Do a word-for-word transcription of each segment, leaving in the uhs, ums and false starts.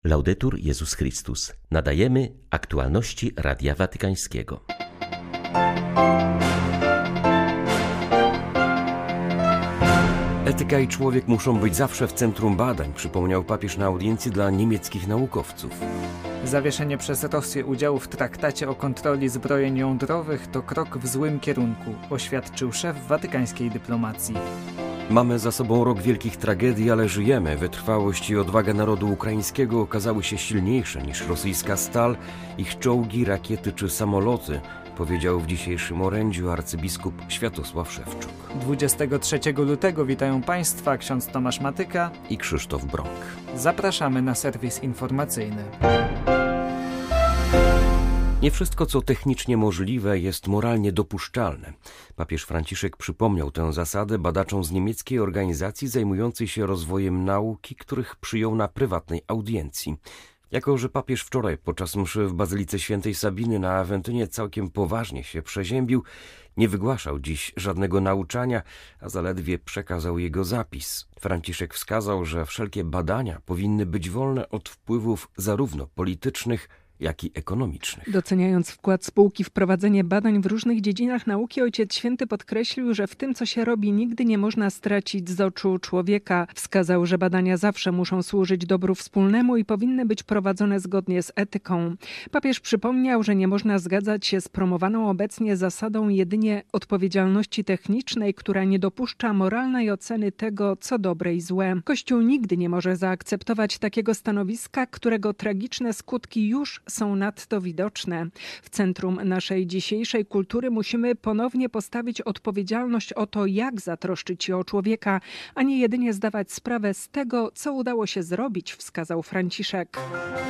Laudetur Jezus Chrystus. Nadajemy aktualności Radia Watykańskiego. Etyka i człowiek muszą być zawsze w centrum badań, przypomniał papież na audiencji dla niemieckich naukowców. Zawieszenie przez Rosję udziału w traktacie o kontroli zbrojeń jądrowych to krok w złym kierunku, oświadczył szef watykańskiej dyplomacji. Mamy za sobą rok wielkich tragedii, ale żyjemy. Wytrwałość i odwaga narodu ukraińskiego okazały się silniejsze niż rosyjska stal, ich czołgi, rakiety czy samoloty, powiedział w dzisiejszym orędziu arcybiskup Światosław Szewczuk. dwudziestego trzeciego lutego witają Państwa ksiądz Tomasz Matyka i Krzysztof Brąk. Zapraszamy na serwis informacyjny. Nie wszystko, co technicznie możliwe, jest moralnie dopuszczalne. Papież Franciszek przypomniał tę zasadę badaczom z niemieckiej organizacji zajmującej się rozwojem nauki, których przyjął na prywatnej audiencji. Jako że papież wczoraj podczas mszy w Bazylice Świętej Sabiny na Awentynie całkiem poważnie się przeziębił, nie wygłaszał dziś żadnego nauczania, a zaledwie przekazał jego zapis. Franciszek wskazał, że wszelkie badania powinny być wolne od wpływów zarówno politycznych, jak i ekonomicznych. Doceniając wkład spółki w prowadzenie badań w różnych dziedzinach nauki, Ojciec Święty podkreślił, że w tym, co się robi, nigdy nie można stracić z oczu człowieka. Wskazał, że badania zawsze muszą służyć dobru wspólnemu i powinny być prowadzone zgodnie z etyką. Papież przypomniał, że nie można zgadzać się z promowaną obecnie zasadą jedynie odpowiedzialności technicznej, która nie dopuszcza moralnej oceny tego, co dobre i złe. Kościół nigdy nie może zaakceptować takiego stanowiska, którego tragiczne skutki już są nadto widoczne. W centrum naszej dzisiejszej kultury musimy ponownie postawić odpowiedzialność o to, jak zatroszczyć się o człowieka, a nie jedynie zdawać sprawę z tego, co udało się zrobić, wskazał Franciszek.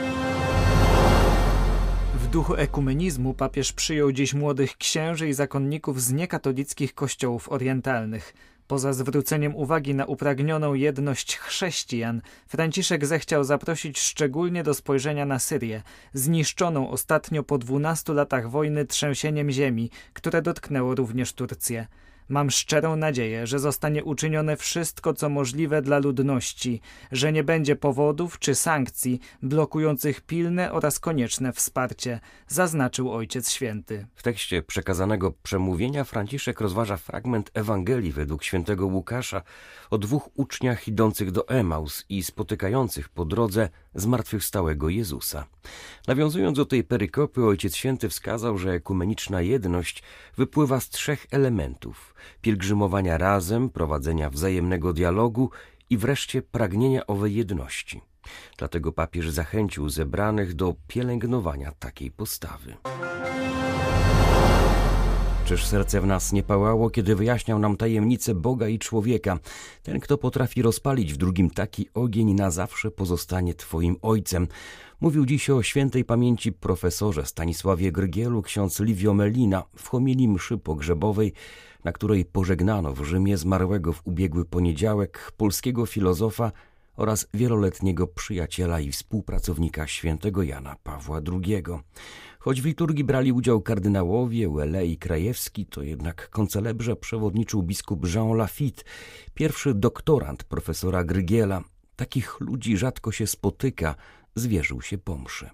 W duchu ekumenizmu papież przyjął dziś młodych księży i zakonników z niekatolickich kościołów orientalnych. Poza zwróceniem uwagi na upragnioną jedność chrześcijan, Franciszek zechciał zaprosić szczególnie do spojrzenia na Syrię, zniszczoną ostatnio po dwunastu latach wojny trzęsieniem ziemi, które dotknęło również Turcję. Mam szczerą nadzieję, że zostanie uczynione wszystko, co możliwe dla ludności, że nie będzie powodów czy sankcji blokujących pilne oraz konieczne wsparcie, zaznaczył Ojciec Święty. W tekście przekazanego przemówienia Franciszek rozważa fragment Ewangelii według świętego Łukasza o dwóch uczniach idących do Emaus i spotykających po drodze zmartwychwstałego Jezusa. Nawiązując do tej perykopy, Ojciec Święty wskazał, że ekumeniczna jedność wypływa z trzech elementów: pielgrzymowania razem, prowadzenia wzajemnego dialogu i wreszcie pragnienia owej jedności. Dlatego papież zachęcił zebranych do pielęgnowania takiej postawy. Czyż serce w nas nie pałało, kiedy wyjaśniał nam tajemnicę Boga i człowieka? Ten, kto potrafi rozpalić w drugim taki ogień, na zawsze pozostanie Twoim Ojcem. Mówił dziś o świętej pamięci profesorze Stanisławie Grygielu ksiądz Livio Melina w homilii mszy pogrzebowej, na której pożegnano w Rzymie zmarłego w ubiegły poniedziałek polskiego filozofa oraz wieloletniego przyjaciela i współpracownika świętego Jana Pawła drugiego. Choć w liturgii brali udział kardynałowie, Uele i Krajewski, to jednak koncelebrze przewodniczył biskup Jean Lafitte, pierwszy doktorant profesora Grygiela. Takich ludzi rzadko się spotyka, zwierzył się po mszy.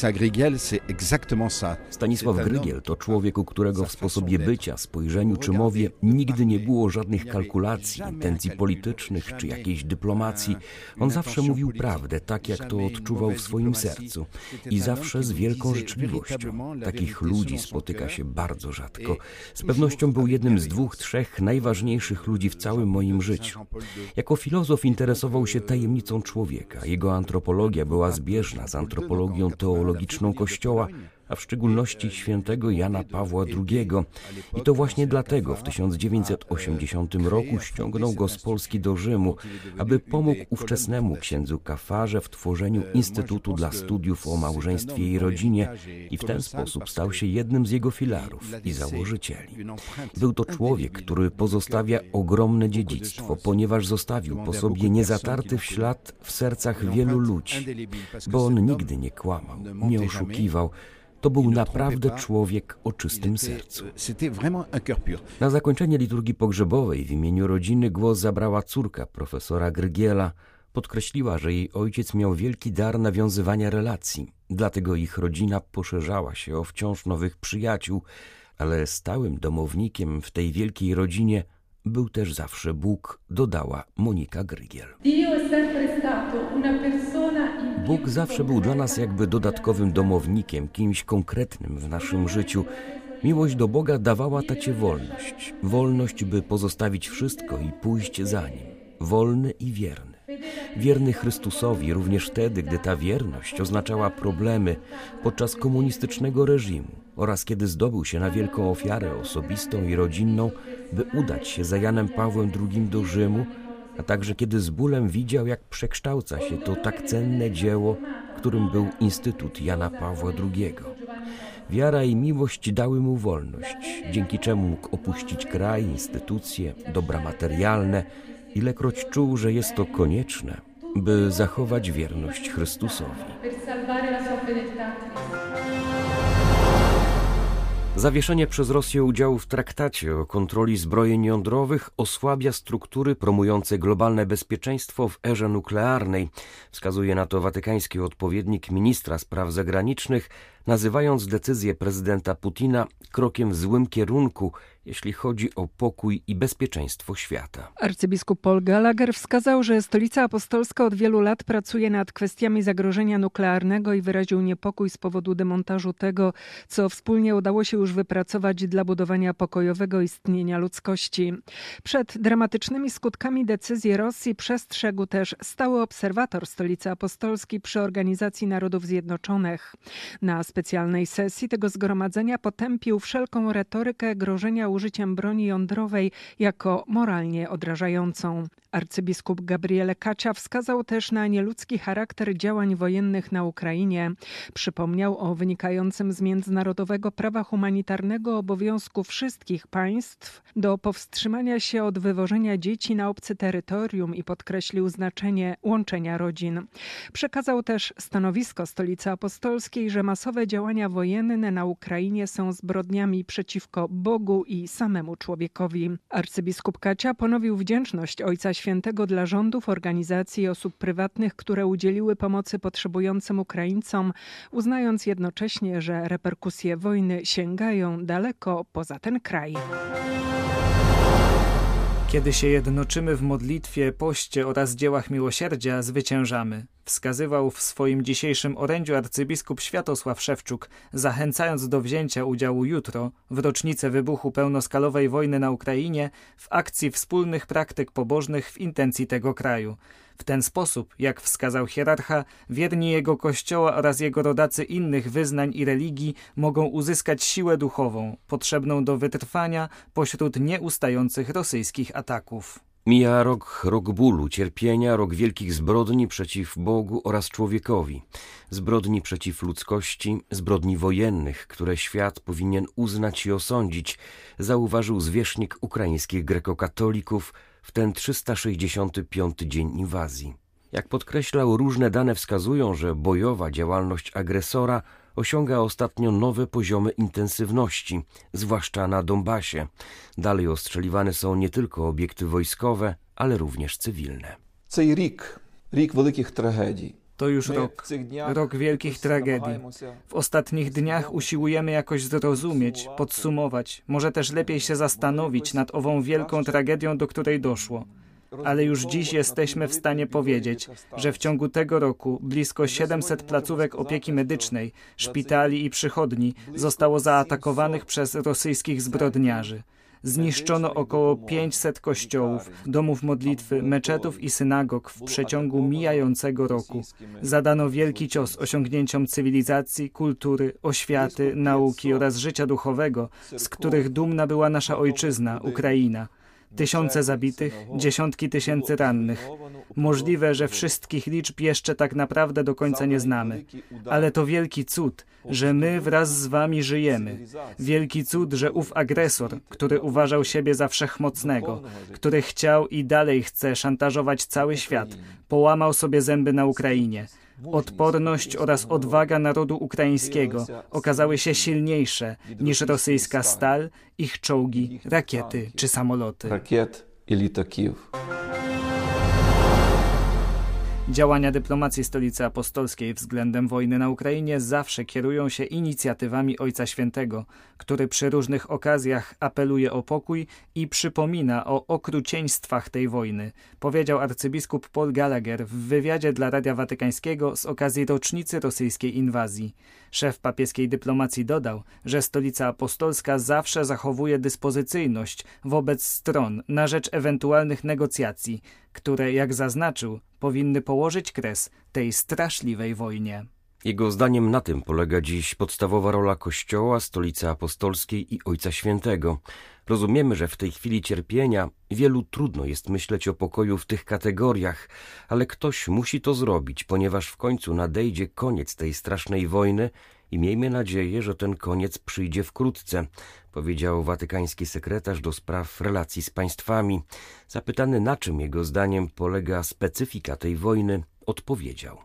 Stanisław Grygiel to człowiek, u którego w sposobie bycia, spojrzeniu czy mowie nigdy nie było żadnych kalkulacji, intencji politycznych czy jakiejś dyplomacji. On zawsze mówił prawdę, tak jak to odczuwał w swoim sercu i zawsze z wielką życzliwością. Takich ludzi spotyka się bardzo rzadko. Z pewnością był jednym z dwóch, trzech najważniejszych ludzi w całym moim życiu. Jako filozof interesował się tajemnicą człowieka. Jego antropologia była zbieżna z antropologią teologiczną Kościoła, a w szczególności świętego Jana Pawła drugiego. I to właśnie dlatego w tysiąc dziewięćset osiemdziesiątym roku ściągnął go z Polski do Rzymu, aby pomógł ówczesnemu księdzu Kafarze w tworzeniu Instytutu dla Studiów o Małżeństwie i Rodzinie i w ten sposób stał się jednym z jego filarów i założycieli. Był to człowiek, który pozostawia ogromne dziedzictwo, ponieważ zostawił po sobie niezatarty ślad w sercach wielu ludzi, bo on nigdy nie kłamał, nie oszukiwał. To był naprawdę człowiek o czystym sercu. Na zakończenie liturgii pogrzebowej w imieniu rodziny głos zabrała córka profesora Grygiela, Podkreśliła, że jej ojciec miał wielki dar nawiązywania relacji, dlatego ich rodzina poszerzała się o wciąż nowych przyjaciół, ale stałym domownikiem w tej wielkiej rodzinie był też zawsze Bóg, dodała Monika Grygiel. Bóg zawsze był dla nas jakby dodatkowym domownikiem, kimś konkretnym w naszym życiu. Miłość do Boga dawała tacie wolność. Wolność, by pozostawić wszystko i pójść za Nim. Wolny i wierny. Wierny Chrystusowi również wtedy, gdy ta wierność oznaczała problemy podczas komunistycznego reżimu oraz kiedy zdobył się na wielką ofiarę osobistą i rodzinną, by udać się za Janem Pawłem drugim do Rzymu, a także kiedy z bólem widział, jak przekształca się to tak cenne dzieło, którym był Instytut Jana Pawła drugiego. Wiara i miłość dały mu wolność, dzięki czemu mógł opuścić kraj, instytucje, dobra materialne, ilekroć czuł, że jest to konieczne, by zachować wierność Chrystusowi. Zawieszenie przez Rosję udziału w traktacie o kontroli zbrojeń jądrowych osłabia struktury promujące globalne bezpieczeństwo w erze nuklearnej. Wskazuje na to watykański odpowiednik ministra spraw zagranicznych, nazywając decyzję prezydenta Putina krokiem w złym kierunku, jeśli chodzi o pokój i bezpieczeństwo świata. Arcybiskup Paul Gallagher wskazał, że Stolica Apostolska od wielu lat pracuje nad kwestiami zagrożenia nuklearnego i wyraził niepokój z powodu demontażu tego, co wspólnie udało się już wypracować dla budowania pokojowego istnienia ludzkości. Przed dramatycznymi skutkami decyzji Rosji przestrzegł też stały obserwator Stolicy Apostolskiej przy Organizacji Narodów Zjednoczonych. Na specjalnej sesji tego zgromadzenia potępił wszelką retorykę grożenia użyciem broni jądrowej jako moralnie odrażającą. Arcybiskup Gabriele Kacia wskazał też na nieludzki charakter działań wojennych na Ukrainie. Przypomniał o wynikającym z międzynarodowego prawa humanitarnego obowiązku wszystkich państw do powstrzymania się od wywożenia dzieci na obce terytorium i podkreślił znaczenie łączenia rodzin. Przekazał też stanowisko Stolicy Apostolskiej, że masowe działania wojenne na Ukrainie są zbrodniami przeciwko Bogu i samemu człowiekowi. Arcybiskup Kacia ponowił wdzięczność Ojca Świętego dla rządów, organizacji i osób prywatnych, które udzieliły pomocy potrzebującym Ukraińcom, uznając jednocześnie, że reperkusje wojny sięgają daleko poza ten kraj. Kiedy się jednoczymy w modlitwie, poście oraz dziełach miłosierdzia, zwyciężamy. Wskazywał w swoim dzisiejszym orędziu arcybiskup Światosław Szewczuk, zachęcając do wzięcia udziału jutro, w rocznicę wybuchu pełnoskalowej wojny na Ukrainie, w akcji wspólnych praktyk pobożnych w intencji tego kraju. W ten sposób, jak wskazał hierarcha, wierni jego kościoła oraz jego rodacy innych wyznań i religii mogą uzyskać siłę duchową, potrzebną do wytrwania pośród nieustających rosyjskich ataków. Mija rok, rok bólu, cierpienia, rok wielkich zbrodni przeciw Bogu oraz człowiekowi. Zbrodni przeciw ludzkości, zbrodni wojennych, które świat powinien uznać i osądzić, zauważył zwierzchnik ukraińskich grekokatolików w ten trzysta sześćdziesiąty piąty dzień inwazji. Jak podkreślał, różne dane wskazują, że bojowa działalność agresora osiąga ostatnio nowe poziomy intensywności, zwłaszcza na Donbasie. Dalej ostrzeliwane są nie tylko obiekty wojskowe, ale również cywilne. Цей рік, рік великих трагедій. To już rok, rok wielkich tragedii. W ostatnich dniach usiłujemy jakoś zrozumieć, podsumować, może też lepiej się zastanowić nad ową wielką tragedią, do której doszło. Ale już dziś jesteśmy w stanie powiedzieć, że w ciągu tego roku blisko siedemset placówek opieki medycznej, szpitali i przychodni zostało zaatakowanych przez rosyjskich zbrodniarzy. Zniszczono około pięćset kościołów, domów modlitwy, meczetów i synagog w przeciągu mijającego roku. Zadano wielki cios osiągnięciom cywilizacji, kultury, oświaty, nauki oraz życia duchowego, z których dumna była nasza ojczyzna, Ukraina. Tysiące zabitych, dziesiątki tysięcy rannych. Możliwe, że wszystkich liczb jeszcze tak naprawdę do końca nie znamy. Ale to wielki cud, że my wraz z wami żyjemy. Wielki cud, że ów agresor, który uważał siebie za wszechmocnego, który chciał i dalej chce szantażować cały świat, połamał sobie zęby na Ukrainie. Odporność oraz odwaga narodu ukraińskiego okazały się silniejsze niż rosyjska stal, ich czołgi, rakiety czy samoloty. Rakiet i litaków. Działania dyplomacji Stolicy Apostolskiej względem wojny na Ukrainie zawsze kierują się inicjatywami Ojca Świętego, który przy różnych okazjach apeluje o pokój i przypomina o okrucieństwach tej wojny, powiedział arcybiskup Paul Gallagher w wywiadzie dla Radia Watykańskiego z okazji rocznicy rosyjskiej inwazji. Szef papieskiej dyplomacji dodał, że Stolica Apostolska zawsze zachowuje dyspozycyjność wobec stron na rzecz ewentualnych negocjacji, które, jak zaznaczył, powinny położyć kres tej straszliwej wojnie. Jego zdaniem na tym polega dziś podstawowa rola Kościoła, Stolicy Apostolskiej i Ojca Świętego. Rozumiemy, że w tej chwili cierpienia wielu trudno jest myśleć o pokoju w tych kategoriach, ale ktoś musi to zrobić, ponieważ w końcu nadejdzie koniec tej strasznej wojny i miejmy nadzieję, że ten koniec przyjdzie wkrótce, powiedział watykański sekretarz do spraw relacji z państwami. Zapytany, na czym jego zdaniem polega specyfika tej wojny, odpowiedział: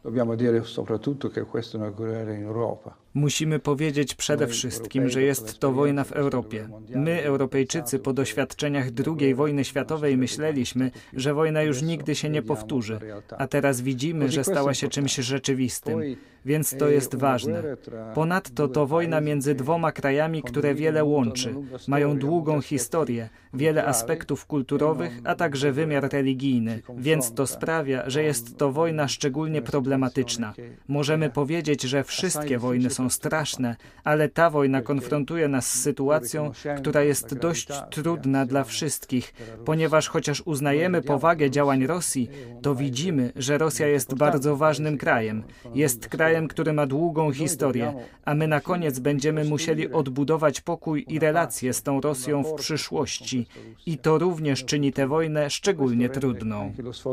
Musimy powiedzieć przede wszystkim, że jest to wojna w Europie. My, Europejczycy, po doświadczeniach drugiej wojny światowej myśleliśmy, że wojna już nigdy się nie powtórzy, a teraz widzimy, że stała się czymś rzeczywistym, więc to jest ważne. Ponadto to wojna między dwoma krajami, które wiele łączy, mają długą historię, wiele aspektów kulturowych, a także wymiar religijny, więc to sprawia, że jest to wojna szczególnie problematyczna. Możemy powiedzieć, że wszystkie wojny są straszne, ale ta wojna konfrontuje nas z sytuacją, która jest dość trudna dla wszystkich, ponieważ chociaż uznajemy powagę działań Rosji, to widzimy, że Rosja jest bardzo ważnym krajem. Jest krajem, który ma długą historię, a my na koniec będziemy musieli odbudować pokój i relacje z tą Rosją w przyszłości. I to również czyni tę wojnę szczególnie trudną.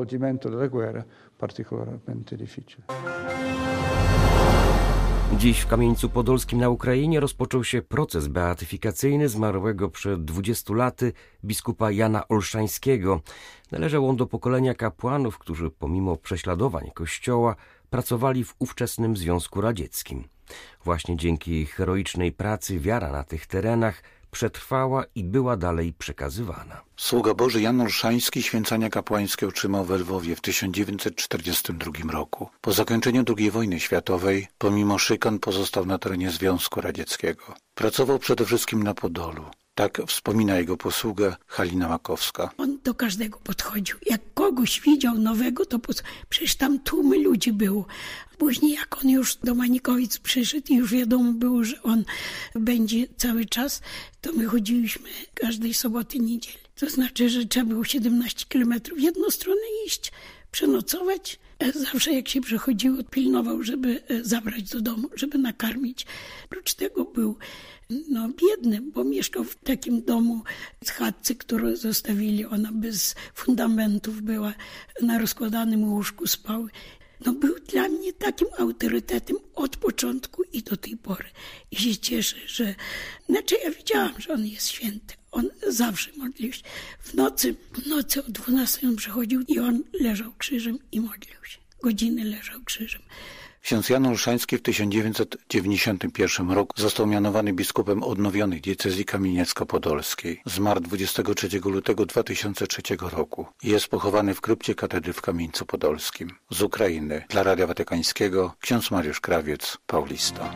Dziś w Kamieńcu Podolskim na Ukrainie rozpoczął się proces beatyfikacyjny zmarłego przed dwudziestu laty biskupa Jana Olszańskiego. Należał on do pokolenia kapłanów, którzy pomimo prześladowań Kościoła pracowali w ówczesnym Związku Radzieckim. Właśnie dzięki ich heroicznej pracy wiara na tych terenach przetrwała i była dalej przekazywana. Sługa Boży Jan Olszański święcenia kapłańskie otrzymał we Lwowie w tysiąc dziewięćset czterdziestym drugim roku. Po zakończeniu drugiej wojny światowej, pomimo szykan, pozostał na terenie Związku Radzieckiego. Pracował przede wszystkim na Podolu. Tak wspomina jego posługa Halina Makowska. On do każdego podchodził. Jak kogoś widział nowego, to pod... przecież tam tłumy ludzi było. Później jak on już do Manikowic przyszedł i już wiadomo było, że on będzie cały czas, to my chodziliśmy każdej soboty, niedzieli. To znaczy, że trzeba było siedemnaście kilometrów w jedną stronę iść, przenocować. Zawsze jak się przechodziło, pilnował, żeby zabrać do domu, żeby nakarmić. Oprócz tego był no, biedny, bo mieszkał w takim domu z chatce, którą zostawili. Ona bez fundamentów była, na rozkładanym łóżku spał. No, był dla mnie takim autorytetem od początku i do tej pory. I się cieszę, że... Znaczy ja wiedziałam, że on jest święty. On zawsze modlił się. W nocy, w nocy o dwunastej on przychodził i on leżał krzyżem i modlił się. Godziny leżał krzyżem. Ksiądz Jan Olszański w tysiąc dziewięćset dziewięćdziesiątym pierwszym roku został mianowany biskupem odnowionej diecezji kamieniecko-podolskiej. Zmarł dwudziestego trzeciego lutego dwa tysiące trzeciego roku. Jest pochowany w krypcie katedry w Kamieńcu Podolskim. Z Ukrainy dla Radia Watykańskiego ksiądz Mariusz Krawiec, Paulista.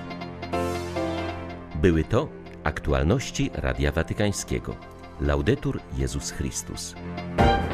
Były to aktualności Radia Watykańskiego. Laudetur Jezus Chrystus.